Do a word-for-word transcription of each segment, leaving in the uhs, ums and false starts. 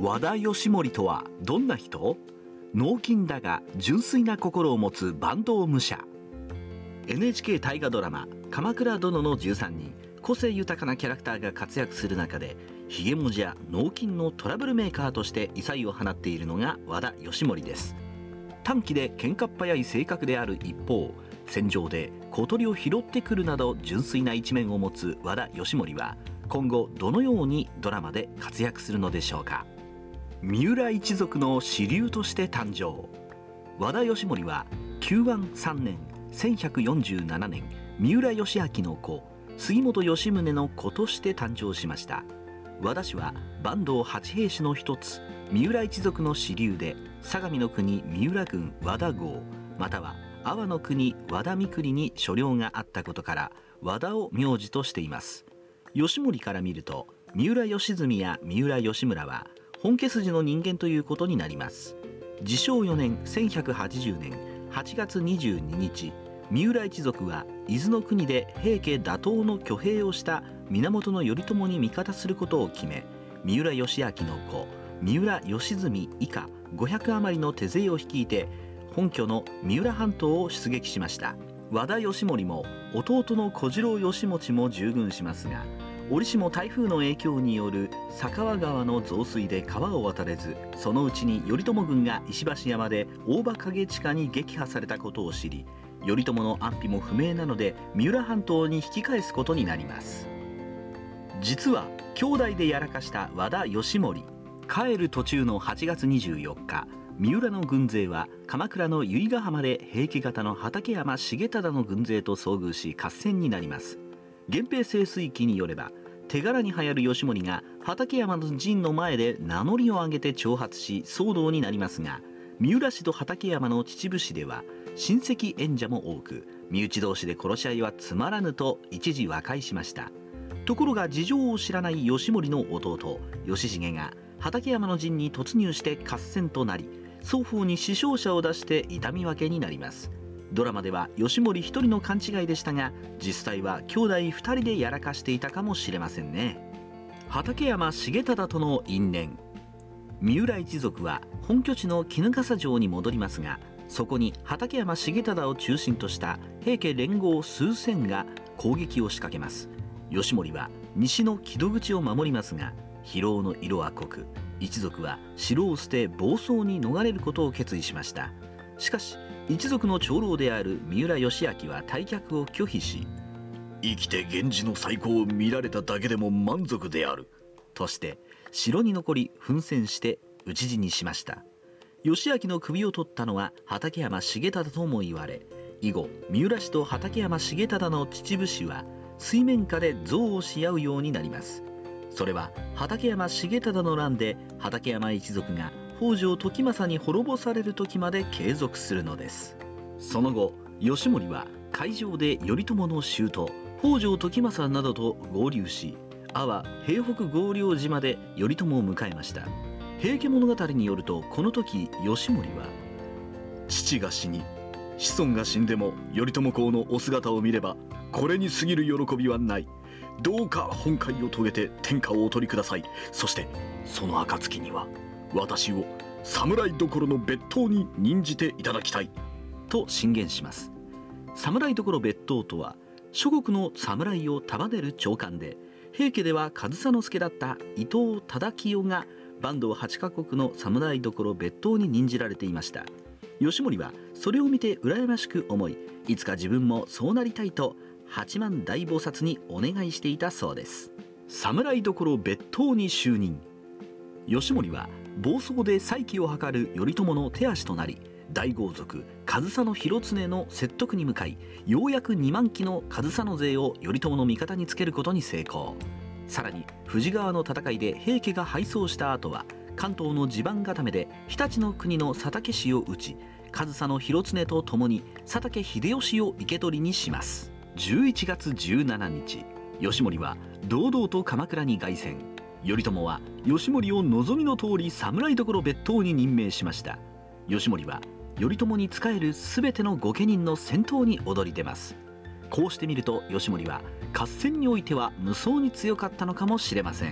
和田義盛とはどんな人？脳筋だが純粋な心を持つ坂東武者。 エヌエイチケー 大河ドラマ「鎌倉殿のじゅうさんにん」、個性豊かなキャラクターが活躍する中で、ひげもじや脳筋のトラブルメーカーとして異彩を放っているのが和田義盛です。短気で喧嘩っ早い性格である一方、戦場で小鳥を拾ってくるなど純粋な一面を持つ和田義盛は、今後どのようにドラマで活躍するのでしょうか。三浦一族の支流として誕生。和田義盛はきゅうわんさんねんせんひゃくよんじゅうななねん、三浦義明の子杉本義宗の子として誕生しました。和田氏は坂東八平氏の一つ、三浦一族の支流で、相模の国三浦郡和田郷、または阿波の国和田三栗に所領があったことから和田を名字としています。義盛から見ると、三浦義澄や三浦義村は本家筋の人間ということになります。治承よねんせんひゃくはちじゅうねんはちがつにじゅうににち、三浦一族は伊豆の国で平家打倒の挙兵をした源頼朝に味方することを決め、三浦義明の子三浦義澄以下ごひゃく余りの手勢を率いて本拠の三浦半島を出撃しました。和田義盛も弟の小次郎義持も従軍しますが、折しも台風の影響による酒川川の増水で川を渡れず、そのうちに頼朝軍が石橋山で大場影地下に撃破されたことを知り、頼朝の安否も不明なので三浦半島に引き返すことになります。実は兄弟でやらかした和田義盛。帰る途中のはちがつにじゅうよっか、三浦の軍勢は鎌倉の由比ヶ浜で平家方の畠山重忠の軍勢と遭遇し合戦になります。源平盛衰記によれば、手柄に流行る義盛が畠山の陣の前で名乗りを上げて挑発し騒動になりますが、三浦氏と畠山の秩父氏では親戚縁者も多く、身内同士で殺し合いはつまらぬと一時和解しました。ところが事情を知らない義盛の弟義重が畠山の陣に突入して合戦となり、双方に死傷者を出して痛み分けになります。ドラマでは義盛一人の勘違いでしたが、実際は兄弟二人でやらかしていたかもしれませんね。畠山重忠との因縁。三浦一族は本拠地の衣笠城に戻りますが、そこに畠山重忠を中心とした平家連合数千が攻撃を仕掛けます。義盛は西の木戸口を守りますが、疲労の色は濃く、一族は城を捨て暴走に逃れることを決意しました。しかし一族の長老である三浦義明は退却を拒否し、生きて源氏の再興を見られただけでも満足であるとして城に残り奮戦して討ち死にしました。義明の首を取ったのは畠山重忠とも言われ、以後三浦氏と畠山重忠の秩父氏は水面下で憎悪し合うようになります。それは畠山重忠の乱で畠山一族が北条時政に滅ぼされる時まで継続するのです。その後義盛は海上で頼朝の舅北条時政などと合流し、阿波平北合領島で頼朝を迎えました。平家物語によると、この時義盛は父が死に子孫が死んでも頼朝公のお姿を見ればこれに過ぎる喜びはない。どうか本懐を遂げて天下をお取りください。そしてその暁には私を侍どころの別当に任じていただきたいと進言します。侍どころ別当とは、諸国の侍を束ねる長官で、平家では上総介だった伊藤忠清が坂東八カ国の侍どころ別当に任じられていました。義盛はそれを見て羨ましく思い、いつか自分もそうなりたいと八幡大菩薩にお願いしていたそうです。侍どころ別当に就任。義盛は暴走で再起を図る頼朝の手足となり、大豪族上総広常の説得に向かい、ようやくにまん騎の上総勢を頼朝の味方につけることに成功。さらに富士川の戦いで平家が敗走した後は、関東の地盤固めで常陸の国の佐竹氏を討ち、上総広常と共に佐竹秀吉を生け捕りにします。じゅういちがつじゅうしちにち、義盛は堂々と鎌倉に凱旋。頼朝は義盛を望みの通り侍どころ別当に任命しました。義盛は頼朝に仕える全ての御家人の先頭に躍り出ます。こうしてみると義盛は合戦においては無双に強かったのかもしれません。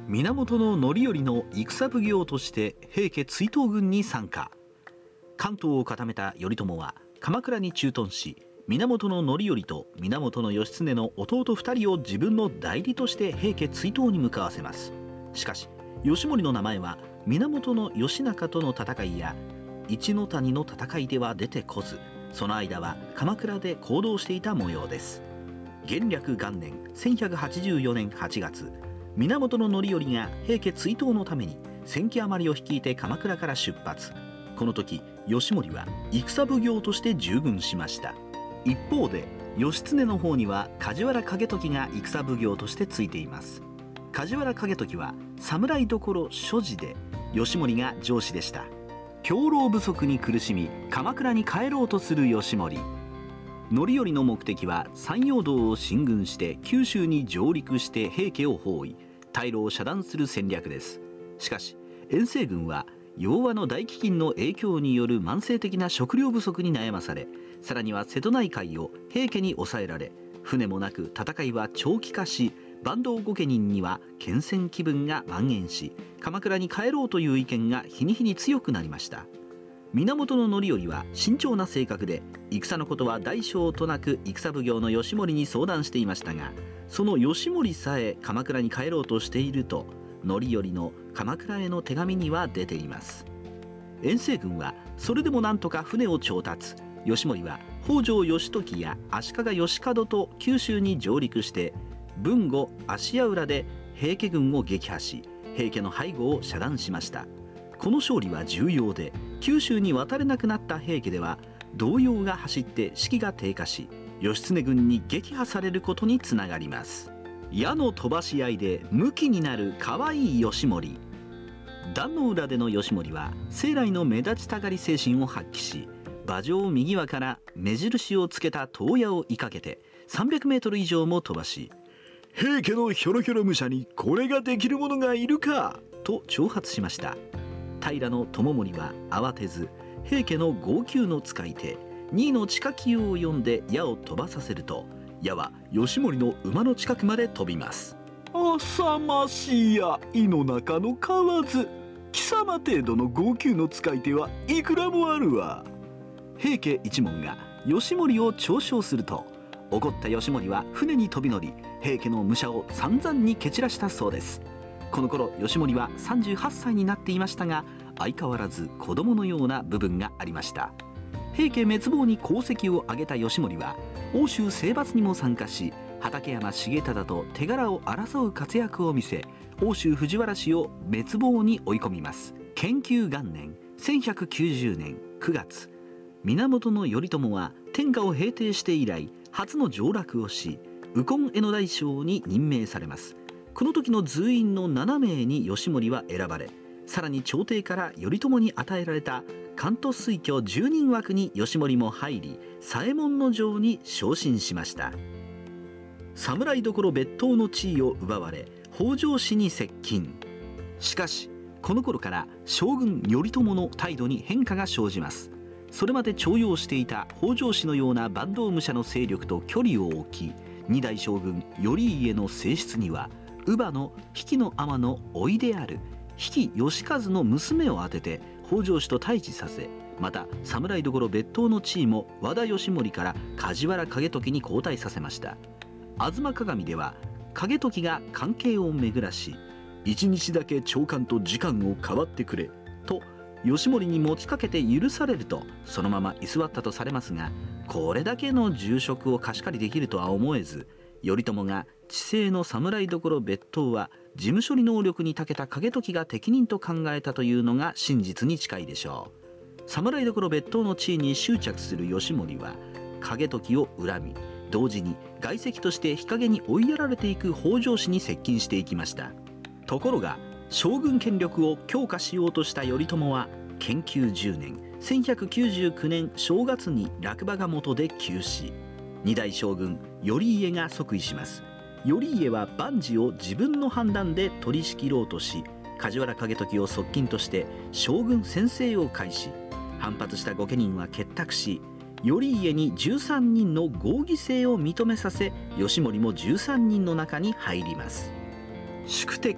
源頼頼の戦奉行として平家追討軍に参加。関東を固めた頼朝は鎌倉に駐屯し、源頼頼と源義経の弟ふたりを自分の代理として平家追討に向かわせます。しかし義盛の名前は源義仲との戦いや一ノ谷の戦いでは出てこず、その間は鎌倉で行動していた模様です。元暦元年せんひゃくはちじゅうよねんはちがつ、源頼頼が平家追討のためにせんき余りを率いて鎌倉から出発。この時義盛は戦奉行として従軍しました。一方で義経の方には梶原景時が戦奉行としてついています。梶原景時は侍所所持で、義盛が上司でした。兵糧不足に苦しみ鎌倉に帰ろうとする義盛。頼頼の目的は山陽道を進軍して九州に上陸して平家を包囲、退路を遮断する戦略です。しかし遠征軍は洋和の大飢饉の影響による慢性的な食料不足に悩まされ、さらには瀬戸内海を平家に抑えられ、船もなく戦いは長期化し、坂東御家人には牽戦気分が蔓延し、鎌倉に帰ろうという意見が日に日に強くなりました。源頼頼は慎重な性格で、戦のことは大小となく戦奉行の義盛に相談していましたが、その義盛さえ鎌倉に帰ろうとしていると頼頼の鎌倉への手紙には出ています。遠征軍はそれでもなんとか船を調達。義盛は北条義時や足利義門と九州に上陸して、豊後芦屋浦で平家軍を撃破し、平家の背後を遮断しました。この勝利は重要で、九州に渡れなくなった平家では動揺が走って士気が低下し、義経軍に撃破されることにつながります。矢の飛ばし合いでムキになる可愛い義盛。壇の浦での義盛は生来の目立ちたがり精神を発揮し、馬上右輪から目印をつけた遠矢を追いかけてさんびゃくメートル以上も飛ばし、平家のひょろひょろ武者にこれができる者がいるかと挑発しました。平知盛は慌てず、平家の号泣の使い手にいの近きを呼んで矢を飛ばさせると、矢は義盛の馬の近くまで飛びます。あさましや井の中の蛙、貴様程度の号泣の使い手はいくらもあるわ。平家一門が義盛を嘲笑すると、怒った義盛は船に飛び乗り、平家の武者を散々に蹴散らしたそうです。この頃義盛はさんじゅうはっさいになっていましたが、相変わらず子供のような部分がありました。平家滅亡に功績を挙げた義盛は奥州征伐にも参加し、畠山重忠と手柄を争う活躍を見せ、奥州藤原氏を滅亡に追い込みます。建久元年せんひゃくきゅうじゅうねんくがつ、源頼朝は天下を平定して以来初の上洛をし、右近江の大将に任命されます。この時の随員のななめいに義盛は選ばれ、さらに朝廷から頼朝に与えられた関東推挙じゅうにん枠に義盛も入り、左衛門の城に昇進しました。侍所別当の地位を奪われ、北条氏に接近。しかしこの頃から将軍頼朝の態度に変化が生じます。それまで重用していた北条氏のような坂東武者の勢力と距離を置き、二代将軍頼家の正室には乳母の比企の尼の甥である比企能員の娘を当てて北条氏と対峙させ、また侍所別当の地位も和田義盛から梶原景時に交代させました。吾妻鏡では景時が関係を巡らし、一日だけ長官と時間を代わってくれと義盛に持ちかけて許されると、そのまま居座ったとされますが、これだけの重職を貸し借りできるとは思えず、頼朝が治世の侍所別当は事務処理能力に長けた景時が適任と考えたというのが真実に近いでしょう。侍所別当の地位に執着する義盛は景時を恨み、同時に外戚として日陰に追いやられていく北条氏に接近していきました。ところが将軍権力を強化しようとした頼朝は建久じゅうねんせんひゃくきゅうじゅうきゅうねん正月に落馬が元で急死。二代将軍頼家が即位します。頼家は万事を自分の判断で取り仕切ろうとし、梶原景時を側近として将軍専制を開始。反発した御家人は結託し、頼家にじゅうさんにんの合議制を認めさせ、義盛もじゅうさんにんの中に入ります。宿敵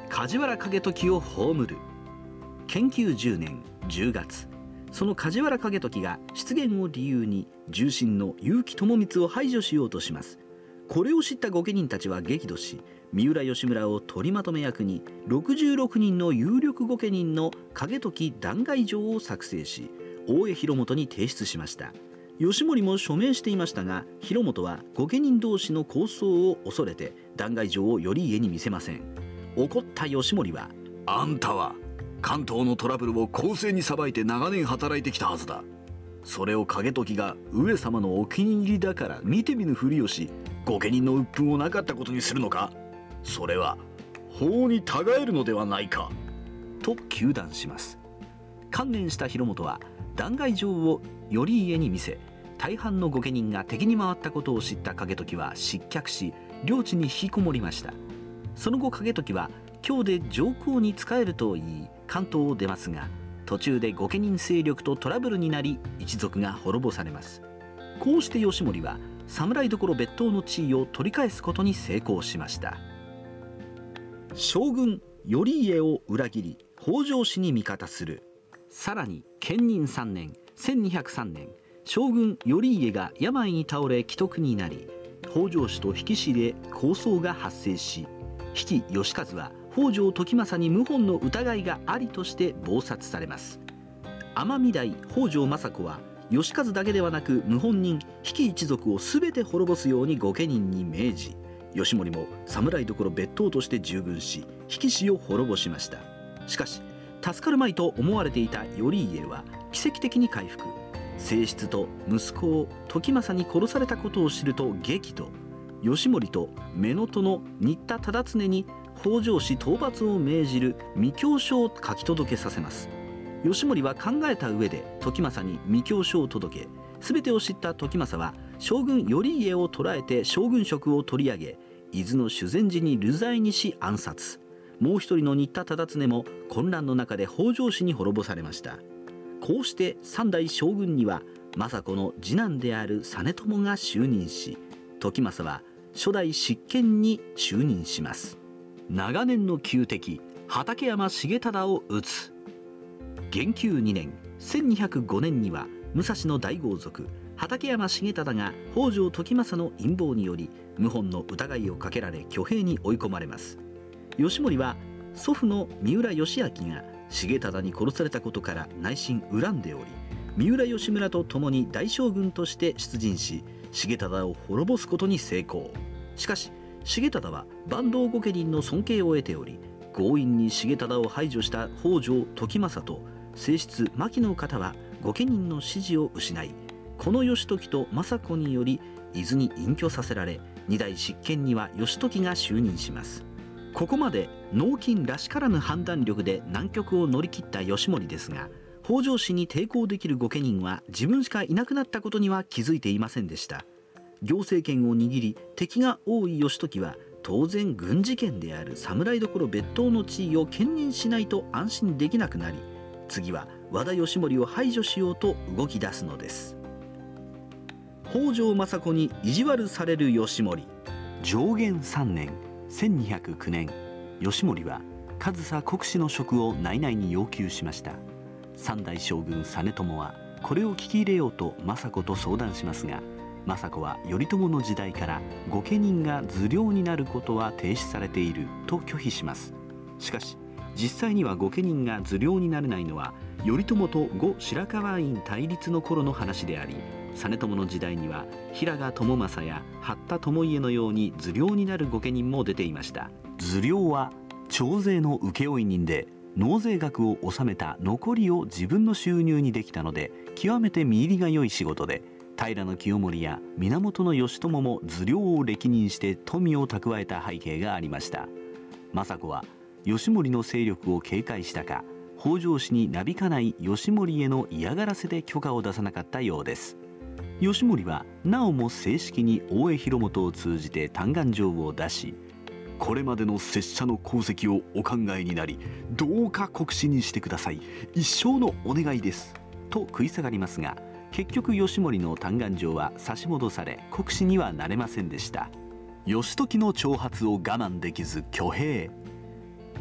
梶原景時を葬る。建久じゅうねんじゅうがつ、その梶原景時が失言を理由に重臣の結城朝光を排除しようとします。これを知った御家人たちは激怒し、三浦義村を取りまとめ役にろくじゅうろくにんの有力御家人の景時弾劾状を作成し、大江広元に提出しました。義盛も署名していましたが、広元は御家人同士の抗争を恐れて弾劾状を頼家に見せません。怒った義盛は、 あんたは関東のトラブルを公正に裁いて長年働いてきたはずだ。それを景時が上様のお気に入りだから見て見ぬふりをし、御家人の鬱憤をなかったことにするのか。それは法に違えるのではないか、 と糾弾します。観念した広元は弾劾状を頼家に見せ、大半の御家人が敵に回ったことを知った景時は失脚し、領地に引きこもりました。その後景時は京で上皇に仕えると言い関東を出ますが、途中で御家人勢力とトラブルになり一族が滅ぼされます。こうして義盛は侍所別当の地位を取り返すことに成功しました。将軍頼家を裏切り北条氏に味方する。さらに建仁さんねんせんにひゃくさんねん、将軍頼家が病に倒れ危篤になり、北条氏と比企氏で抗争が発生し、比企能員は北条時政に謀反の疑いがありとして謀殺されます。尼御台北条政子は能員だけではなく謀反人比企一族を全て滅ぼすように御家人に命じ、義盛も侍所別当として従軍し比企氏を滅ぼしました。しかし助かるまいと思われていた頼家は奇跡的に回復。正室と息子を時政に殺されたことを知ると激怒。義盛と乳母の新田忠常に北条氏討伐を命じる未教書を書き届けさせます。義盛は考えた上で時政に未教書を届け、全てを知った時政は将軍頼家を捕らえて将軍職を取り上げ、伊豆の修善寺に流罪にし暗殺。もう一人の新田忠常も混乱の中で北条氏に滅ぼされました。こうして三代将軍には政子の次男である実朝が就任し、時政は初代執権に就任します。長年の旧敵畠山重忠を討つ。元久にねんせんにひゃくごねんには武蔵の大豪族畠山重忠が北条時政の陰謀により謀反の疑いをかけられ挙兵に追い込まれます。義盛は祖父の三浦義明が重忠に殺されたことから内心恨んでおり、三浦義村と共に大将軍として出陣し重忠を滅ぼすことに成功。しかし重忠は坂東御家人の尊敬を得ており、強引に重忠を排除した北条時政と正室牧の方は御家人の支持を失い、この義時と政子により伊豆に隠居させられ、二代執権には義時が就任します。ここまで脳筋らしからぬ判断力で難局を乗り切った義盛ですが、北条氏に抵抗できる御家人は自分しかいなくなったことには気づいていませんでした。行政権を握り敵が多い義時は当然軍事権である侍所別当の地位を兼任しないと安心できなくなり、次は和田義盛を排除しようと動き出すのです。北条政子に意地悪される義盛。承元さんねんせんにひゃくきゅうねん、義盛は上総国司の職を内々に要求しました。三代将軍実朝はこれを聞き入れようと政子と相談しますが、政子は頼朝の時代から御家人が頭領になることは停止されていると拒否します。しかし実際には御家人が頭領になれないのは頼朝と後白河院対立の頃の話であり、実朝の時代には平賀朝雅や八田朝家のように頭領になる御家人も出ていました。頭領は徴税の請負人で、納税額を納めた残りを自分の収入にできたので極めて見入りが良い仕事で、平清盛や源義朝も頭領を歴任して富を蓄えた背景がありました。政子は義盛の勢力を警戒したか、北条氏になびかない義盛への嫌がらせで許可を出さなかったようです。義盛はなおも正式に大江広元を通じて嘆願状を出し、これまでの拙者の功績をお考えになり、どうか国司にしてください、一生のお願いですと食い下がりますが、結局義盛の嘆願状は差し戻され国司にはなれませんでした。義時の挑発を我慢できず挙兵。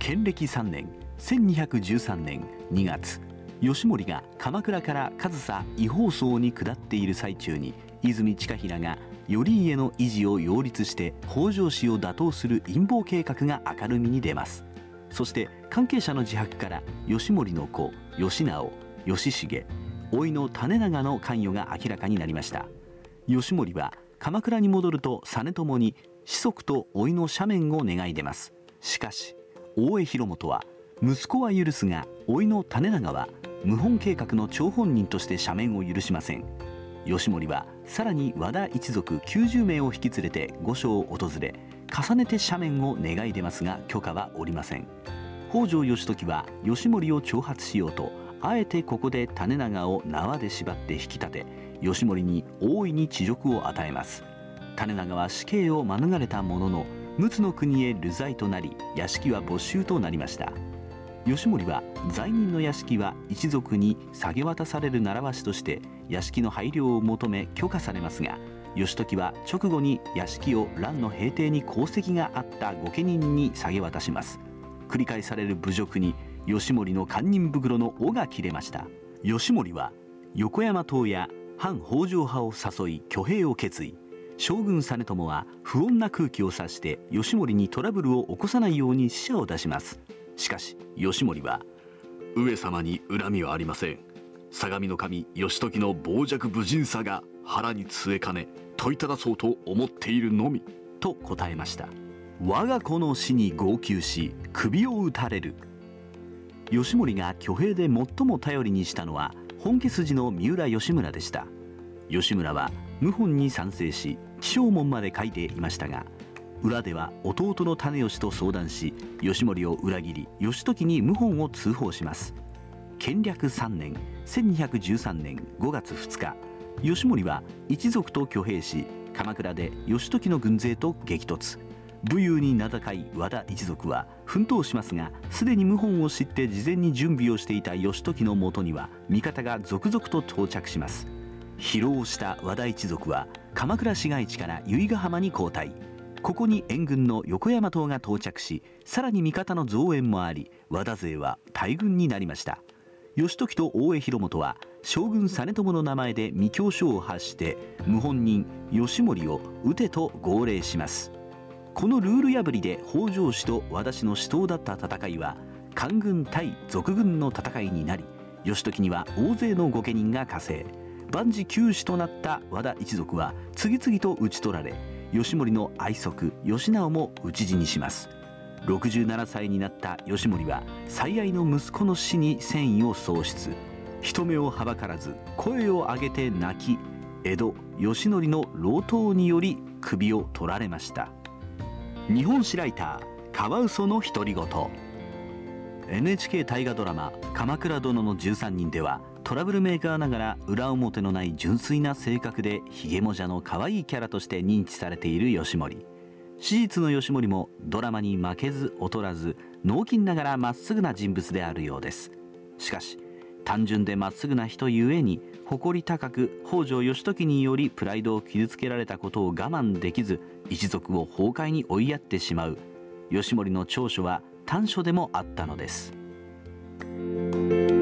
建暦さんねんせんにひゃくじゅうさんねんにがつ、義盛が鎌倉から上総違法僧に下っている最中に、泉親衡が頼家の維持を擁立して北条氏を打倒する陰謀計画が明るみに出ます。そして関係者の自白から義盛の子義直、義重、甥の種長の関与が明らかになりました。義盛は鎌倉に戻ると実朝に子息と甥の赦免を願い出ます。しかし大江広元は、息子は許すが甥の種長は謀反計画の張本人として赦免を許しません。義盛はさらに和田一族きゅうじゅうめいを引き連れて御所を訪れ、重ねて赦免を願い出ますが許可は下りません。北条義時は義盛を挑発しようと、あえてここで種長を縄で縛って引き立て、義盛に大いに恥辱を与えます。種長は死刑を免れたものの、陸奥の国へ流罪となり、屋敷は没収となりました。義盛は罪人の屋敷は一族に下げ渡される習わしとして屋敷の配慮を求め許可されますが、義時は直後に屋敷を蘭の平定に功績があった御家人に下げ渡します。繰り返される侮辱に義盛の堪忍袋の尾が切れました。義盛は横山党や反北条派を誘い挙兵を決意。将軍実朝は不穏な空気を察して義盛にトラブルを起こさないように使者を出します。しかし義盛は、 上様に恨みはありません。相模守義時の傍若無人さが腹に据えかね、問いただそうと思っているのみと答えました。我が子の死に号泣し首を打たれる。義盛が挙兵で最も頼りにしたのは本家筋の三浦義村でした。義村は謀反に賛成し起請文まで書いていましたが、裏では弟の種義と相談し、義盛を裏切り義時に謀反を通報します。建暦さんねんせんにひゃくじゅうさんねんごがつふつか、義盛は一族と挙兵し、鎌倉で義時の軍勢と激突。武勇に名高い和田一族は奮闘しますが、すでに謀反を知って事前に準備をしていた義時のもとには味方が続々と到着します。疲労した和田一族は鎌倉市街地から由比ヶ浜に後退。ここに援軍の横山党が到着し、さらに味方の増援もあり、和田勢は大軍になりました。義時と大江広元は将軍実朝の名前で密教書を発して謀反人義盛を討てと号令します。このルール破りで北条氏と和田氏の死闘だった戦いは官軍対賊軍の戦いになり、義時には大勢の御家人が加勢。万事休止となった和田一族は次々と討ち取られ、義盛の愛息義直も討ち死にします。ろくじゅうななさいになった義盛は最愛の息子の死に戦意を喪失。人目をはばからず声を上げて泣き、江戸義則の老頭により首を取られました。日本史ライターカワウソの独り言。 エヌエイチケー 大河ドラマ「鎌倉殿のじゅうさんにん」ではトラブルメーカーながら裏表のない純粋な性格でひげもじゃの可愛いキャラとして認知されている義盛。史実の義盛もドラマに負けず劣らず、脳筋ながらまっすぐな人物であるようです。しかし単純でまっすぐな人ゆえに、誇り高く北条義時によりプライドを傷つけられたことを我慢できず、一族を崩壊に追いやってしまう義盛の長所は短所でもあったのです。